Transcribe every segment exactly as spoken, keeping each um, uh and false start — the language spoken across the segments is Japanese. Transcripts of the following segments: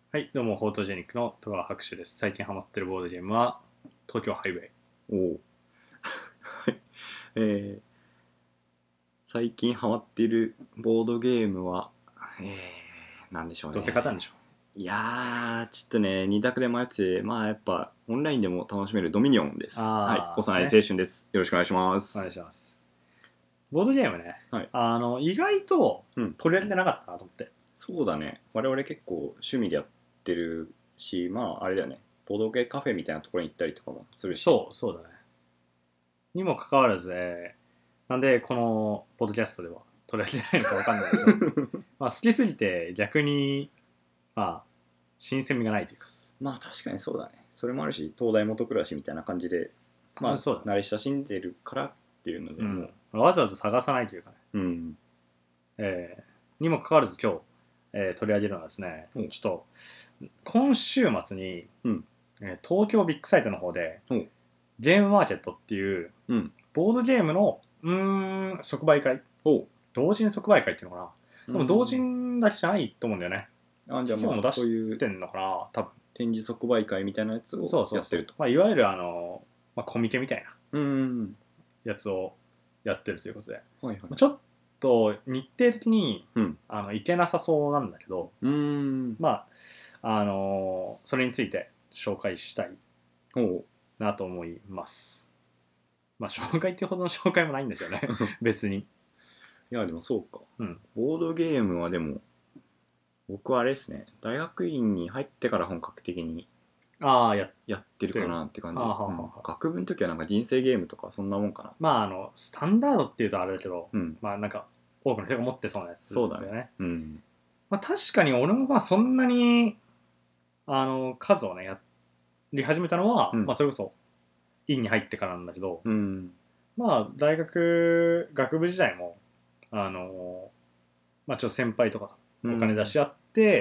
はい、どうも、フォートジェニックの戸川博士です。最近ハマってるボードゲームは、東京ハイウェイ。 おお。はい。えー、最近ハマっているボードゲームは、えー、なんでしょうどうせ勝たんでね。 しょいやー、ちょっとね、二択で迷ってて、まあやっぱオンラインでも楽しめるドミニオンでう。 す。はい。 あー、 幼い青ね。 春です。よろしくお願いしまお願いす。 します。ボードゲームね。 はい。 あの、意外とうん。 取り上げてなかったなと思って。 そうだね。我々結構趣味でやってるし、まああれだよね。ボードゲーカフェみたいなところに行ったりとかもするし。 そう、そうだね。にもかかわらず、ね、なんでこのポッドキャストでは取り上げてないのかわかんないけど、まあ好きすぎて逆に、まあ、新鮮味がないというか。 まあ確かにそうだね。それもあるし、東大元暮らしみたいな感じで、まあそうだね。 慣れ親しんでるからっていうのでもうん。わざわざ探さないというかね。 う、うん。 えーにもかかわらず今日、えー取り上げるのはですね、 おちょっと、今週末に、 うんえー東京ビッグサイトの方で、 おゲームマーケットっていう、 うんボードゲームの、うーん、即売会、 おう同人即売会っていうのかな。でも同うん人だけじゃないと思うんだよね。 あじゃあまあ企業も出しそういうてんのかな、多分。 展示即売会みたいなやつをそうそうそう。 やってるとまあ、いわゆるあの、まあ、コミケみたいなうんやつをやってるということで、 はいはいちょっと日程的にうんあのいけなさそうなんだけど、 うんまあ、あのそれについて紹介したいおうなと思います。まあ、紹介ってほどの紹介もないんだけどね、別に。 いやでもそうかうん。 ボードゲームはでも僕はあれですね大学院に入ってから本格的にああ、やっやってるてる。 かなって感ああ、 じ、 はあ、 うん、 はあ。 学部の時はなんか人生ゲームとかそんなもんかなまあ、あの、スタンダードっていうとあれだけど、 うんまあ、なんか、多くの人が持ってそうなやつそうだねだよね。 うんまあ、確かに俺もまあ、そんなに、あの、数をね、やり始めたのは、 うんまあ、それこそ、院に入ってからなんだけど、 うんまあ、大学、学部時代も、あの、まあ、ちょっと先輩とかとお金出し合って、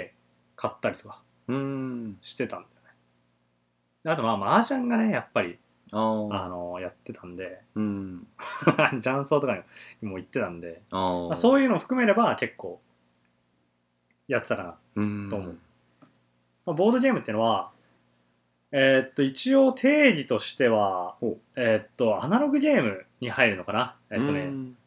買ったりとかうんしてたんだよね。であと、まあ、麻雀がね、やっぱり、 あああの、やってたんで、 うん雀荘とかにも行ってたんで、 あまあ、 あそういうのを含めれば結構やってたかなうと思う。 んまあ、ボードゲームっていうのは、えーっと、一応定義としては、 ほえーっと、アナログゲームに入るのかな。えううーっとね、 ん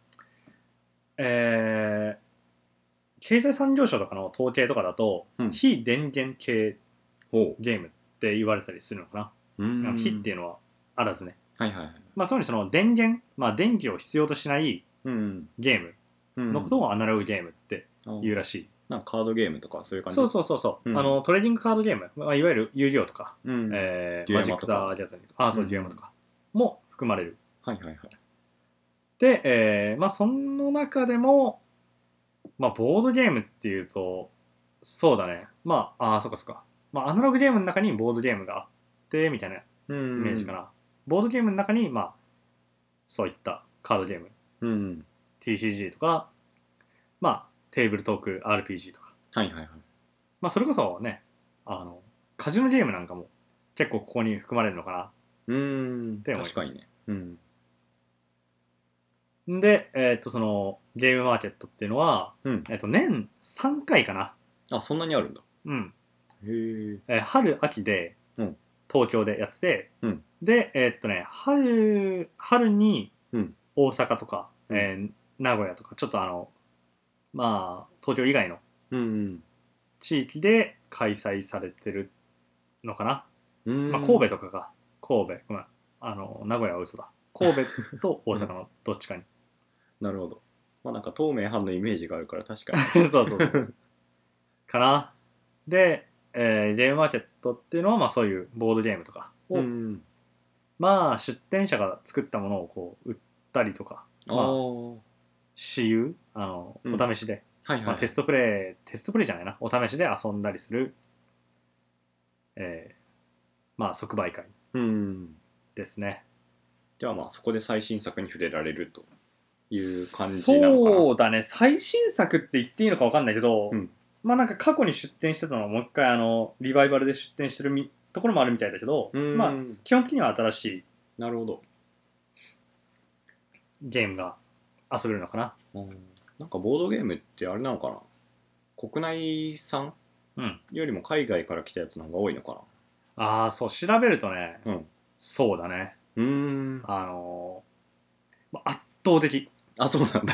えー経済産業省とかの統計とかだと、 うん非電源系ほゲームって言われたりするのかううな。非っんていうのはあらずね。 はいはいはいまあ、つまりその電源、まあ、電気を必要としないうんゲームうんのことをアナログゲームってあ言うらしい。 なんかカードゲームとかそういう感じそうそうそうそう、 うんあのトレーディングカードゲーム、まあ、いわゆる遊戯王とか、 うんえーデュマジック・エマとかザ・ギャザリングとか、あ、そう、 うんデュエマとかも含まれる。 はいはいはいで、えーまあ、その中でも、まあ、ボードゲームっていうと、そうだね。まあ、あー、そっかそっか。まあ、アナログゲームの中にボードゲームがあって、みたいなイうんメージかな。ボードゲームの中に、まあ、そういったカードゲーム、 うんティーシージー とか、まあ、テーブルトーク アールピージー とか、 はいはいはいまあ、それこそね、あの、カジノゲームなんかも結構ここに含まれるのかなっうーんて思います。 確かにねうんで、えっと、その、ゲームマーケットっていうのは、 うんえっと、年さんかいかな。 あそんなにあるんだうん。 へええー春、秋でうん、 東京でやってて、 うんで、えっとね、春、春にうん大阪とか、 うんえー名古屋とか、ちょっとあの、まあ、東京以外のうん地域で開催されてるのかな。 うんまあ、神戸とかが、神戸、ごめん、あの、名古屋は嘘だ。神戸と大阪のどっちかに。 なるほどまあなんか透明版のイメージがあるから確かそうそうそう。かな。で、えーゲームマーケットっていうのは、まあそういうボードゲームとかを、 にうんまあ出店者が作ったものをこう売ったりとか、 ああまあは私有、あの、 うんお試しで、 いはいはいまあテストプレイ、テストプレイじゃないな、お試しで遊んだりする、えーまあ即売会うんですね。 じゃあまあそこで最新作に触れられるという感じなのかなそうだね、最新作って言っていいのか分かんないけど、 うんまあなんか過去に出展してたのはもう一回あのリバイバルで出展してるみところもあるみたいだけど、 うーんまあ基本的には新しいなるほどゲームが遊べるのかな。 うんなんかボードゲームってあれなのかな国内産うんよりも海外から来たやつの方が多いのかああそう調べるとねな。うんそうだねうーんあのーま圧倒的あそうなんだ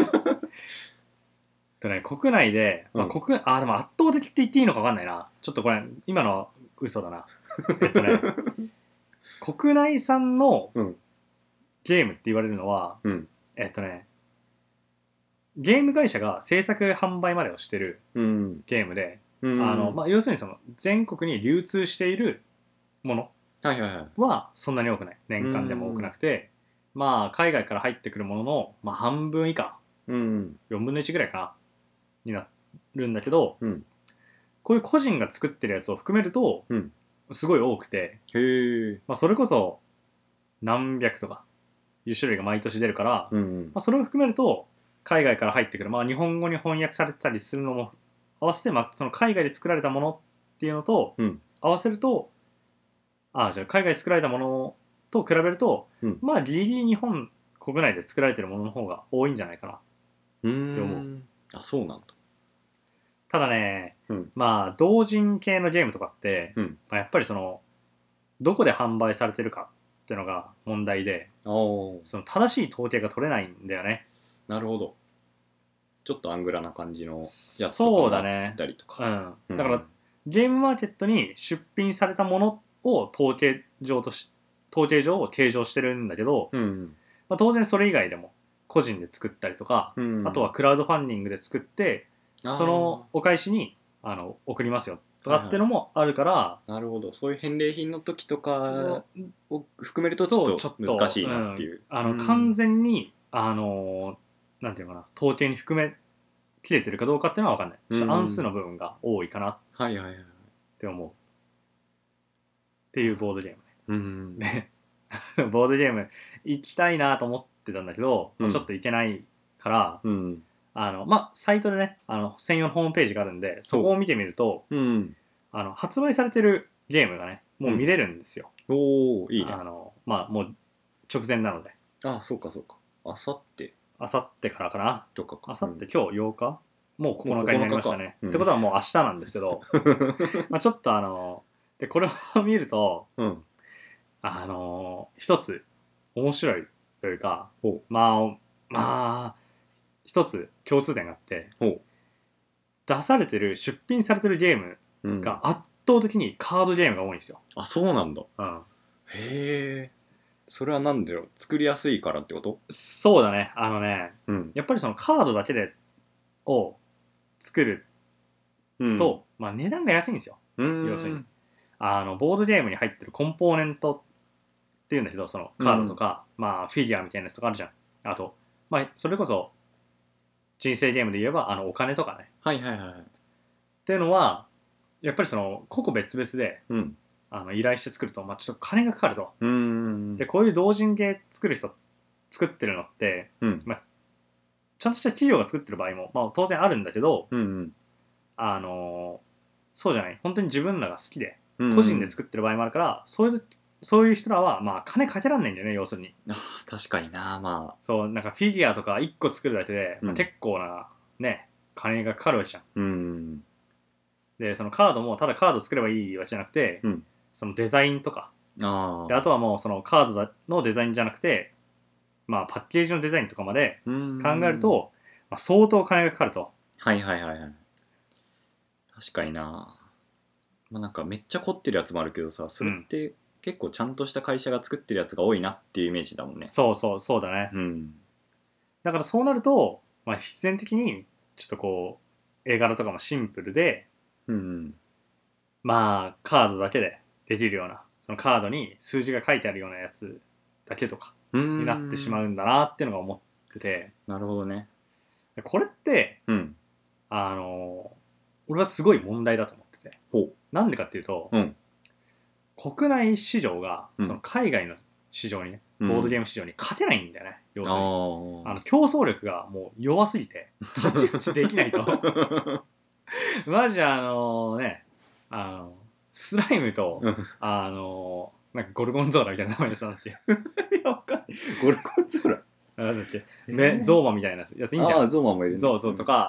とね国内で、まあ、 うん国あでも圧倒的って言っていいのか分かんないなちょっとこれ今のは嘘だなえっとね国内産のうんゲームって言われるのはうんえっとねゲーム会社が制作販売までをしてるうんゲームで、 うんあのまあ、要するにその全国に流通しているものはいはいはいはそんなに多くない年間でも多くなくてまあ海外から入ってくるものの、まあ、半分以下うんよんぶんのいちぐらいかなになるんだけどうんこういう個人が作ってるやつを含めるとうんすごい多くて、 へえまあ、それこそ何百とかいう種類が毎年出るから、 うんうんまあ、それを含めると海外から入ってくる、まあ、日本語に翻訳されてたりするのも合わせて、まあ、その海外で作られたものっていうのとうん合わせるとあじゃあ海外で作られたものと比べると、 うんまあギリギリ日本国内で作られてるものの方が多いんじゃないかなうーって思んあそうなんだただね、 うんまあ同人系のゲームとかって、 うんまあ、やっぱりそのどこで販売されてるかっていうのが問題でああその正しい統計が取れないんだよねなるほどちょっとアングラな感じのやつそうとかもあだねったりとかうんうんだからゲームマーケットに出品されたものを統計上とし統計上を計上してるんだけど、 うんまあ、当然それ以外でも個人で作ったりとか、 うんあとはクラウドファンディングで作ってあーそのお返しにあの送りますよとかっていうのもあるから、 なるほどそういう返礼品の時とかうんを含めるとちょっと難しいなっていう、 うんあのうん完全にあのなんていうのかな統計に含め切れてるかどうかっていうのは分かんない、ちょっと暗数の部分が多いかなっはいはいはいて思うっていうボードゲームうんねボードゲーム行きたいなと思ってたんだけど、 うんちょっと行けないからうんあのまあサイトでねあの専用のホームページがあるんでそこを見てみるとうんあの発売されてるゲームがねもう見れるんですよ、 おおいいねあのまあもう直前なのであそうかそうかあさってあさってからかなとかかあさって今日ようかもうここのかになりましたね、 もうここのかかうんってことはもう明日なんですけどまあちょっとあのでこれを見るとうんあの一つ面白いというかほまあまあ一つ共通点があってうほ出されてる出品されてるゲームう、うん、 が圧倒的にカードゲームが多いんですよ、 あそうなんだうん、 へえそれはなんだろう作りやすいからってことそうだねあのねうんやっぱりそのカードだけでを作るうんと、まあ、値段が安いんですようん要するにあのボードゲームに入ってるコンポーネントっていうんだけどそのカードとか、まあ、フィギュアみたいなやつとかあるじゃんあと、まあ、それこそ人生ゲームで言えばあのお金とかねはいはいはいっていうのはやっぱりその個々別々でうんあの依頼して作ると、まあ、ちょっと金がかかるとうんでこういう同人ゲー作る人作ってるのってうんちゃんとした企業が作ってる場合も、まあ、当然あるんだけど、 うんあのそうじゃない本当に自分らが好きでうん個人で作ってる場合もあるから、そういうそういう人らはまあ金かけらんないんだよね要するにあー確かになまあそうなんかフィギュアとかいっこ作るだけで、まあ、 うん結構なね金がかかるわけじゃんうんでそのカードもただカード作ればいいわけじゃなくて、 うんそのデザインとかあであとはもうそのカードのデザインじゃなくてまあパッケージのデザインとかまで考えると、まあ、相当金がかかるとはいはいはいはい確かになまあなんかめっちゃ凝ってるやつもあるけどさそれって結構ちゃんとした会社が作ってるやつが多いなっていうイメージだもんねそうそうそうだねうんだからそうなると、まあ、必然的にちょっとこう絵柄とかもシンプルでうんまあカードだけでできるようなそのカードに数字が書いてあるようなやつだけとかうんになってしまうんだなっていうのが思っててなるほどねこれってうんあの俺はすごい問題だと思っててほなんでかっていうと、 うん国内市場がうんその海外の市場にね、 うんボードゲーム市場に勝てないんだよね要するにああーの競争力がもう弱すぎて太刀打ちできないとマジあのねあのスライムとうんあのなんかゴルゴンゾーラみたいな名前でさなんだっけいやわかんないゴルゴンゾーラなんだっけ、 えーねゾーマみたいなやついいんじゃんああゾーマンもいるねゾウゾウとか、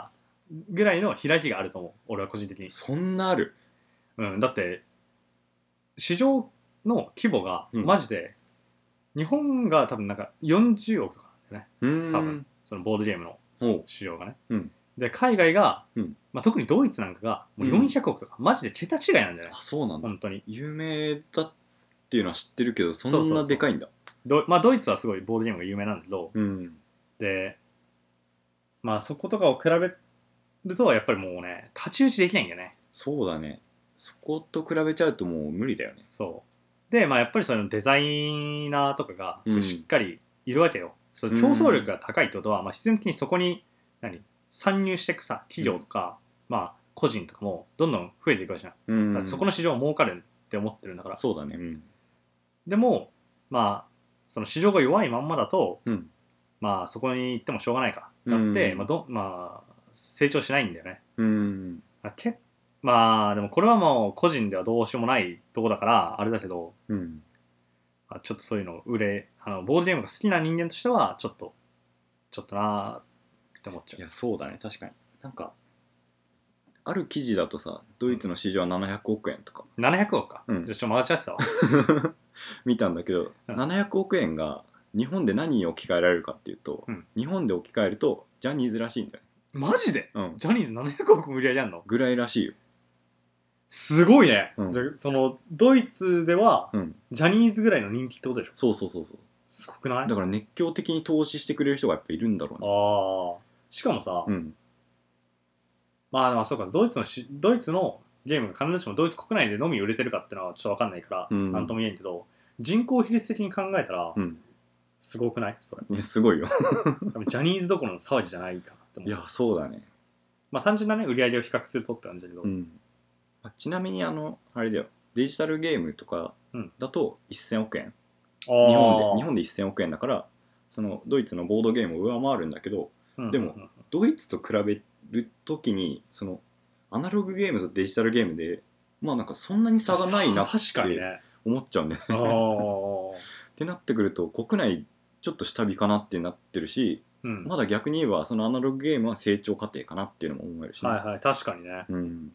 ぐらいの開きがあると思う俺は個人的に。 そんなある。 うん、だって市場の規模がうんマジで、日本が多分なんかよんじゅうおくとかなんだよねうーん多分そのボードゲームのおう市場がね。 うんで海外が、 うんまあ、特にドイツなんかがもうよんひゃくおくとか、マジで桁違いなんだよねあそうなんだ。 本当に。 有名だっていうのは知ってるけどそんそうそうそうなでかいんだ。 ど、まあ、ドイツはすごいボードゲームが有名なんだけど、 うんでまあそことかを比べるとやっぱりもうね太刀打ちできないんだよね。 そうだね。そこと比べちゃうともう無理だよね。 そうでまあやっぱりそのデザイナーとかがうんしっかりいるわけよ、その競争力が高いってことは、まあ、自然的にそこに何参入していくさ企業とか、まあ個人とかもどんどん増えていくわけじゃん、 うんだからそこの市場は儲かるって思ってるんだから。 そうだね。うんでもまあその市場が弱いまんまだと、 うんまあそこに行ってもしょうがないからだって、 うんまあどまあ、成長しないんだよね。 うんあけまあでもこれはもう個人ではどうしようもないとこだからあれだけど、 うんあちょっとそういうの売れあのボードゲームが好きな人間としてはちょっとちょっとなーって思っちゃいやそうだね。確かになんかある記事だとさドイツの市場はななひゃくおくえんとかう。ななひゃくおくか、 うんじゃあちょっと間違ってたわ見たんだけど、 うんななひゃくおくえんが日本で何に置き換えられるかっていうと、 うん日本で置き換えるとジャニーズらしいんだよね。 マジでうんジャニーズななひゃくおく無理やりやんのぐらいらしいよ。 すごいね、 うんじゃあそのドイツではうんジャニーズぐらいの人気ってことでしょ。 そうそうそうそう。 すごくない？ だから熱狂的に投資してくれる人がやっぱいるんだろうね。 ああしかもさ、 うんまあまあそうかドイツのしドイツのゲームが必ずしもドイツ国内でのみ売れてるかってのはちょっと分かんないからうん何とも言えんけど、人口比率的に考えたらうんすごくないそれ。 いやすごいよ多分ジャニーズどころの騒ぎじゃないかなって思う。 いやそうだね。 まあ単純なね売り上げを比較するとって感じだけど、 うんあちなみにあのあれだよデジタルゲームとかだとせんおくえん、 あー日本で日本でせんおくえんだからそのドイツのボードゲームを上回るんだけど、 うんでもうんうんドイツと比べるときにそのアナログゲームとデジタルゲームでまあなんかそんなに差がないなっ確かにてね思っちゃうんだよあね。 ーってなってくると国内ちょっと下火かなってなってるし、 うんまだ逆に言えばそのアナログゲームは成長過程かなっていうのも思えるしね、 はいはい確かにね。 うん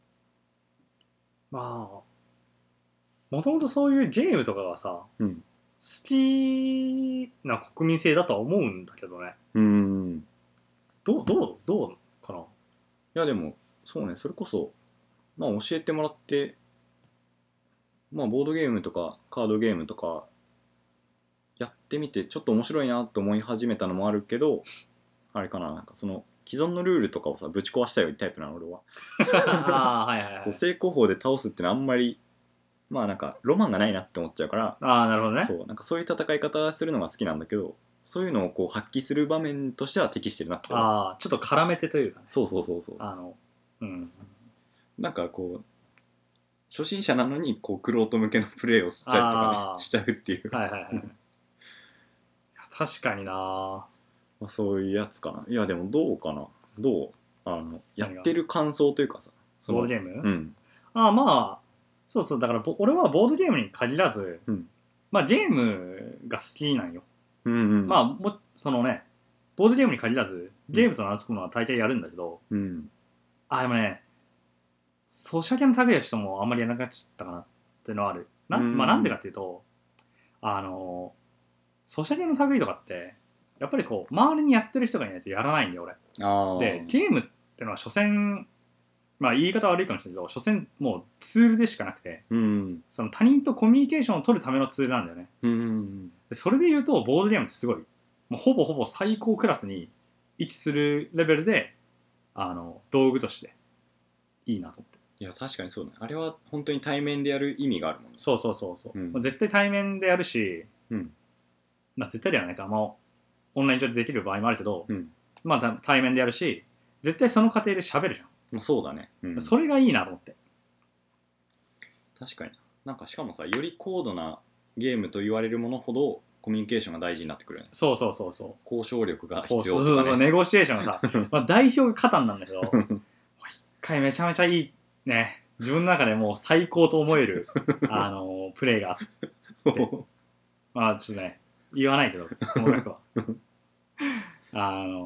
まあもともとそういうゲームとかがさうん好きな国民性だとは思うんだけどね。 うんどうどうどうかな。 いやでもそうねそれこそまあ教えてもらってまあボードゲームとかカードゲームとかやってみてちょっと面白いなと思い始めたのもあるけどあれかななんかその既存のルールとかをさぶち壊したいタイプなの俺は。 ああはいはいはい。 そう成功法で倒すってのはあんまりまあなんかロマンがないなって思っちゃうからああなるほどね。 そうなんかそういう戦い方するのが好きなんだけどそういうのをこう発揮する場面としては適してるなって思う。 ああちょっと絡めてというかね。 そうそうそうそうあのうんなんかこう初心者なのにこう玄人向けのプレーをしたりとかあーねしちゃうっていう、 はいはいはい。いや確かにな。 まあ、そういうやつかな。いやでもどうかなどうあのや何がってる感想というかさそのボードゲーム、 うんああまあそうそうだからぼ俺はボードゲームに限らず、 うんまあゲームが好きなんよ。 うんうんまあもそのねボードゲームに限らずゲームと名の付くものは大抵やるんだけど、 うんあでもねソシャゲの類はちょっともうあんまりやらなくなっちゃったかなっていうのはあるな、 うんまあなんでかっていうとあのソシャゲの類とかってやっぱりこう周りにやってる人がいないとやらないんだよ俺。 ああでゲームってのは所詮まあ言い方悪いかもしれないけど所詮もうツールでしかなくてうんその他人とコミュニケーションを取るためのツールなんだよね。 うんうんでそれで言うとボードゲームってすごいもうほぼほぼ最高クラスに位置するレベルであの道具としていいなと思って。 いや確かにそうねあれは本当に対面でやる意味があるもんね。 そうそうそうそう、 うんまあ絶対対面でやるし、 うんまあ絶対ではないか、まあ、オンライン上でできる場合もあるけど、 うんまあた対面でやるし絶対その過程で喋るじゃん、 まあそうだね、うん、 それがいいなと思って。 確かになんかしかもさより高度なゲームと言われるものほどコミュニケーションが大事になってくるよね。 そうそうそうそう交渉力がこう必要そうそうそうとかね。 ネゴシエーションがさ、まあ、代表がカタンなんだけど一回めちゃめちゃいいね自分の中でもう最高と思えるあのプレイがあってまあちょっとね言わないけど細かくはあの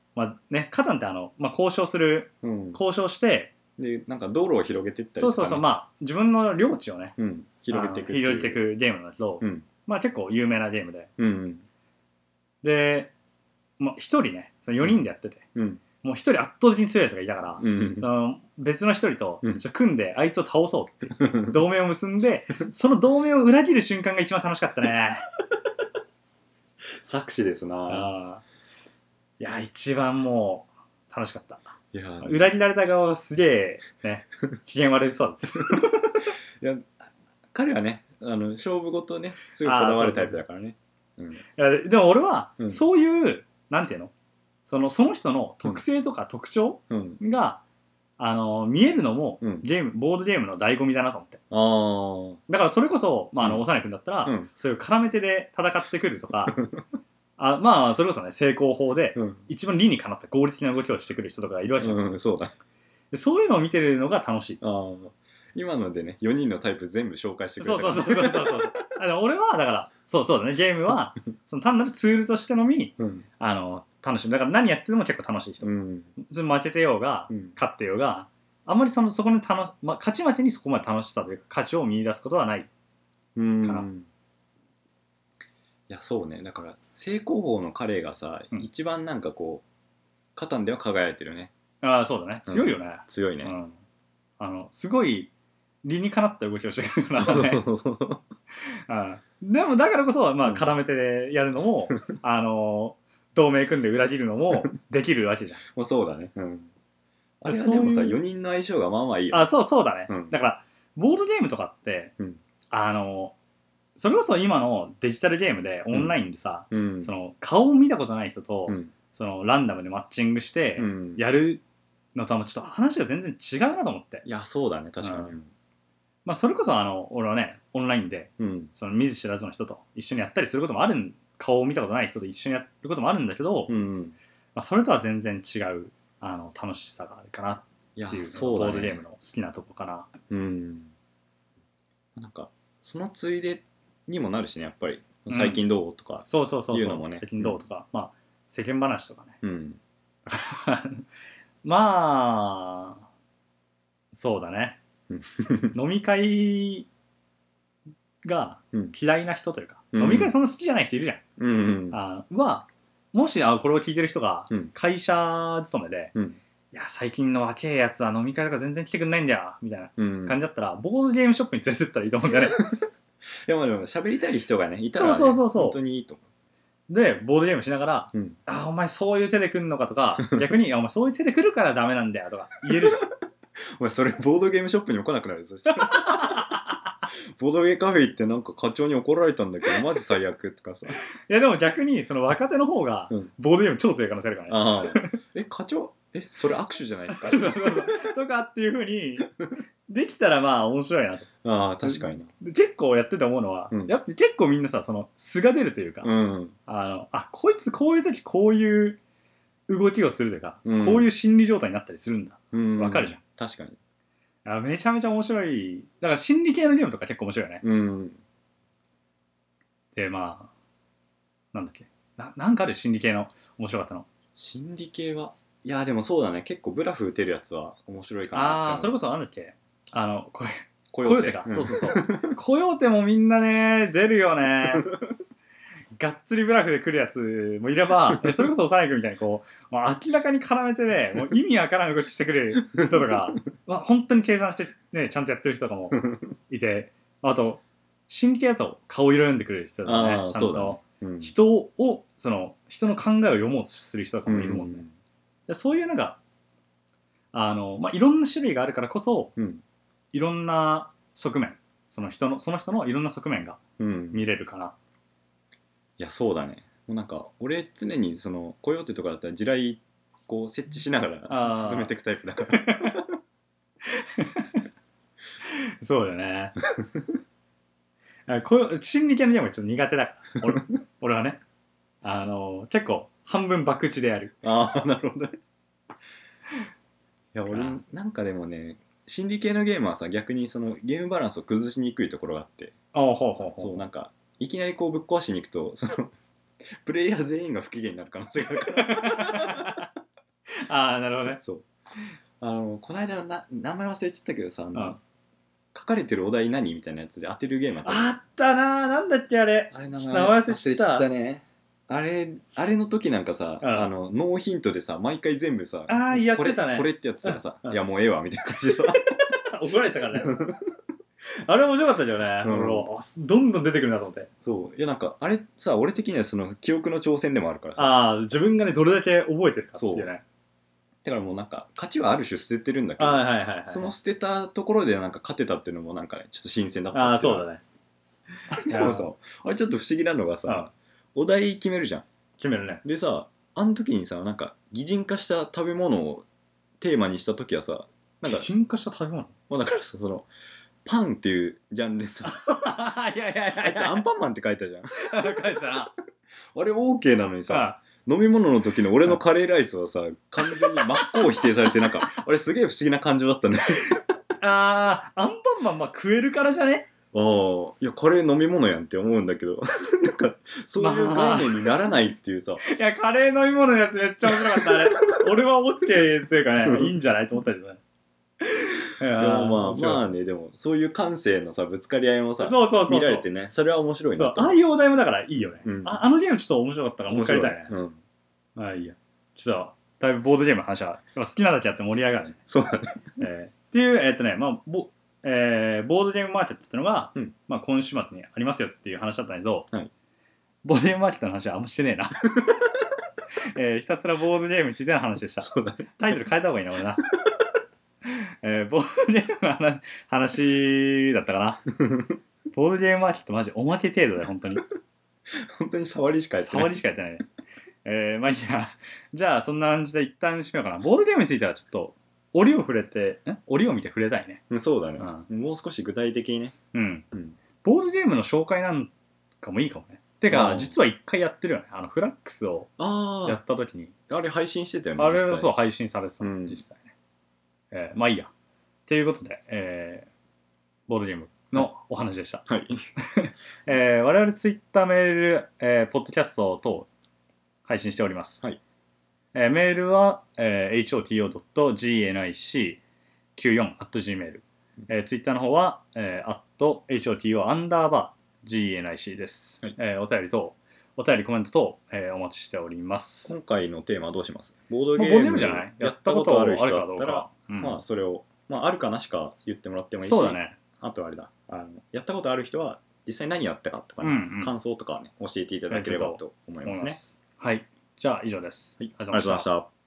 まあね、カタンってあの、まあ、交渉するうん、 交渉してでなんか道路を広げていったりとか、ね、 そうそうそう、まあ自分の領地をねうん、広げていくっていう広げていくゲームなんだけど、 うんまあ結構有名なゲームでうんでもう一人ねそのよにんでやってて、 うんもう一人圧倒的に強いやつがいたから、 うんあの別の一人とうんちょ組んであいつを倒そうって同盟を結んでその同盟を裏切る瞬間が一番楽しかったね。 作詞ですな。 あいや一番もう楽しかった。 いや裏切られた側はすげえね機嫌悪いそうだったいや彼はねあの勝負ごとねすごいこだわるタイプだからね。うんいやでも俺は、 うんそういうなんていうのそのその人の特性とか特徴うんが、あの見えるのも、 うんゲームボードゲームの醍醐味だなと思って。 あーだからそれこそ、まあ、あのうん幼い君だったら、 うんそういう絡め手で戦ってくるとかあまあそれこそね成功法で、 うん一番理にかなった合理的な動きをしてくる人とかがいるわけじゃん、 うんそうだ。 でそういうのを見てるのが楽しい。 あー今のでねよにんのタイプ全部紹介してくれたそうそうそうそうそうそうあの俺はだからそうそうだねゲームはその単なるツールとしてのみうんあの楽しむ。だから何やってても結構楽しい人、 うんそれ負けてようが、 うん勝ってようがあんまりそのそこに楽し、まあ、勝ち負けにそこまで楽しさというか価値を見出すことはないうんかな。 いやそうねだから正攻法の彼がさ、 うん一番なんかこうカタンでは輝いてるね。 ああそうだね強いよね、 強いね。 うん、あのすごい理にかなった動きをしてくるからそうねそうそううん、でもだからこそ、まあ、 うん絡めてでやるのも、あの同盟組んで裏切るのもできるわけじゃん。 もうそうだね。うんあれはそういうでもさよにんの相性がまあまあいいよね。 あそうそうだね、 うんだからボードゲームとかって、 うんあのそれこそ今のデジタルゲームでオンラインでさ、 うんその顔を見たことない人と、 うんそのランダムでマッチングしてうんやるのとはもうちょっと話が全然違うなと思って、 いやそうだね確かに。 まあ、それこそあの俺はねオンラインでうんその見ず知らずの人と一緒にやったりすることもあるん顔を見たことない人と一緒にやることもあるんだけど、 うんまあ、それとは全然違うあの楽しさがあるかないやっていうのがそうだね。 ボードゲームの好きなとこかな。 うんなんかそのついでにもなるしねやっぱり最近どうとか。 そうそうそうそういうのもね最近どうとか、まあ世間話とかねうんまあそうだねうん飲み会がうん嫌いな人というか、 うん飲み会そんな好きじゃない人いるじゃん、 うんあはもしあこれを聞いてる人がうん会社勤めで、 うんいや最近の若いやつは飲み会とか全然来てくんないんだよみたいなうん感じだったら、ボードゲームショップに連れてったらいいと思うんだよねでもでも喋りたい人がねいたらねそうそうそうそう本当にいいと思でボードゲームしながらう。うん 「あお前そういう手で来んのか」とか逆に「お前そういう手で来るからダメなんだよ」とか言えるじゃんお前それボードゲームショップにも来なくなるよそしたらボードゲーカフェ行ってなんか課長に怒られたんだけどマジ最悪とかさ。 いやでも逆にその若手の方がうんボードゲーム超強い可能性あるからね、 ああえ課長えそれ握手じゃないですかそうそうそうとかっていうふうにできたらまあ面白いなと。 ああ確かにな。 で結構やってて思うのは、 うんやっぱ結構みんなさその素が出るというか、 うんあのあこいつこういう時こういう動きをするというか、 うんこういう心理状態になったりするんだ。 うんわかるじゃん。 確かに。 あめちゃめちゃ面白い。だから心理系のゲームとか結構面白いよね。 うんでまあなんだっけななんかある心理系の面白かったの。 心理系はいやでもそうだね結構ブラフ打てるやつは面白いかなって思う。 ああーそれこそなんだっけあのこれココヨーテか、そうそうそうコヨーテもみんなね出るよねがっつりブラフで来るやつもいればえそれこそ幼い君みたいにこう、まあ、明らかに絡めてねもう意味わからん動きしてくれる人とか、まあ、本当に計算して、ね、ちゃんとやってる人とかもいてあと心理系だと顔色読んでくれる人とかねあーちゃんとそうだねうん人をその人の考えを読もうとする人とかもいるもんね、 うんでそういうなんかあの、まあ、いろんな種類があるからこそうんいろんな側面その人のその人のいろんな側面がうん見れるかな。 いやそうだねもうなんか俺常にそのコヨーテとかだったら地雷こう設置しながらあー進めていくタイプだからそうだよねあこう心理系のゲームはちょっと苦手だから俺俺はねあの結構半分博打でやる。 ああなるほどねいや俺あなんかでもね心理系のゲームはさ逆にそのゲームバランスを崩しにくいところがあってあほうほうほうそうなんかいきなりこうぶっ壊しに行くとそのプレイヤー全員が不機嫌になる可能性があるからああなるほどね。 そうあのこの間のな名前忘れちゃったけどさ、あのうん書かれてるお題何みたいなやつで当てるゲームあったじゃん。 あったなーなんだっけあれ。 あれ名ちょっと名前忘れちゃった忘れちゃったね。あれあれの時なんかさ、 うんあのノーヒントでさ毎回全部さ、 あーやってたねこれこれってやってたらさ、 うんうんいやもうええわみたいな感じでさ怒られてたからね。あれ面白かったじゃんね。 うん俺もあどんどん出てくるなと思って。 そういやなんかあれさ俺的にはその記憶の挑戦でもあるからさ、 ああ自分がねどれだけ覚えてるかっていうね。 だからもうなんか勝ちはある種捨ててるんだけど、 あはいはいはいはい。 その捨てたところでなんか勝てたっていうのもなんかねちょっと新鮮だったああっていうのはそうだね。 あれでもさあれちょっと不思議なのがうんさ、お題決めるじゃん。 決めるね。 でさあの時にさなんか擬人化した食べ物をテーマにした時はさなんか進化した食べ物。 もうだからさそのパンっていうジャンルでさいやいやいやあいつアンパンマンって書いたじゃん書いてたな。 あれ OK なのにさあ飲み物の時の俺のカレーライスはさ完全に真っ向を否定されてなんかあれすげえ不思議な感情だったねあーアンパンマンまあ食えるからじゃね。 ああいやカレー飲み物やんって思うんだけどなんかそういう概念にならないっていうさ、 いやカレー飲み物のやつめっちゃ面白かったあれ。俺は OK というかねいいんじゃないと思ったけどね。いやでもまあまああねでもそういう感性のさぶつかり合いもさそうそうそうそう見られてねそれは面白いそうなと思うああいうお題もだからいいよね。 うんああのゲームちょっと面白かったからもう一回やりたいね。 うんああいいや。ちょっとだいぶボードゲームの話は好きなだけやって盛り上がるね。 そうだねえーっていうえーっとねまあボえーボードゲームマーケットっていうのが、 うんまあ、今週末にありますよっていう話だったんだけど、 はいボードゲームマーケットの話はあんましてねえな、えーひたすらボードゲームについての話でした。 そうだねタイトル変えた方がいいな俺な、えーボードゲームの話話だったかなボードゲームマーケットマジおまけ程度だよ本当に本当に触りしかやってない触りしかやってないねえー、まあいいやじゃあそんな感じで一旦締めようかな。ボードゲームについてはちょっと折を触れてん折を見て触れたいね。 うんそうだね、 うもう少し具体的にね、 うんうん、 ボードゲームの紹介なんかもいいかもね。てかあー実は一回やってるよね。あのフラックスをやあった時にああれ配信してたよねあれ実際そう配信されてた、 うん実際ね、えー、まあいいやということで、えー、ボードゲームのお話でした、 はいえー、我々ツイッターメール、えー、ポッドキャスト等配信しております、 はいえー、メールは、えー、エイチオーティーオードットジーエヌアイシーきゅうじゅうよん アット ジーメール、えー、ツイッターの方は、えー、アット エイチオーティーオー アンダーバー ジーエヌアイシー です、 はいえー、お便り等お便りコメント等、えー、お待ちしております。 今回のテーマはどうします？ボードまあボードゲーゲームムじゃないやったことある人だやったら、 うんまあそれを、まあ、あるかなしか言ってもらってもいいし、 そうだね。 あとあれだあのやったことある人は実際何やったかとかね、 うんうん感想とかはね教えていただければと思いますね。 はい。じゃあ以上です。 はい、ありがとうごありがとうございましたざいました。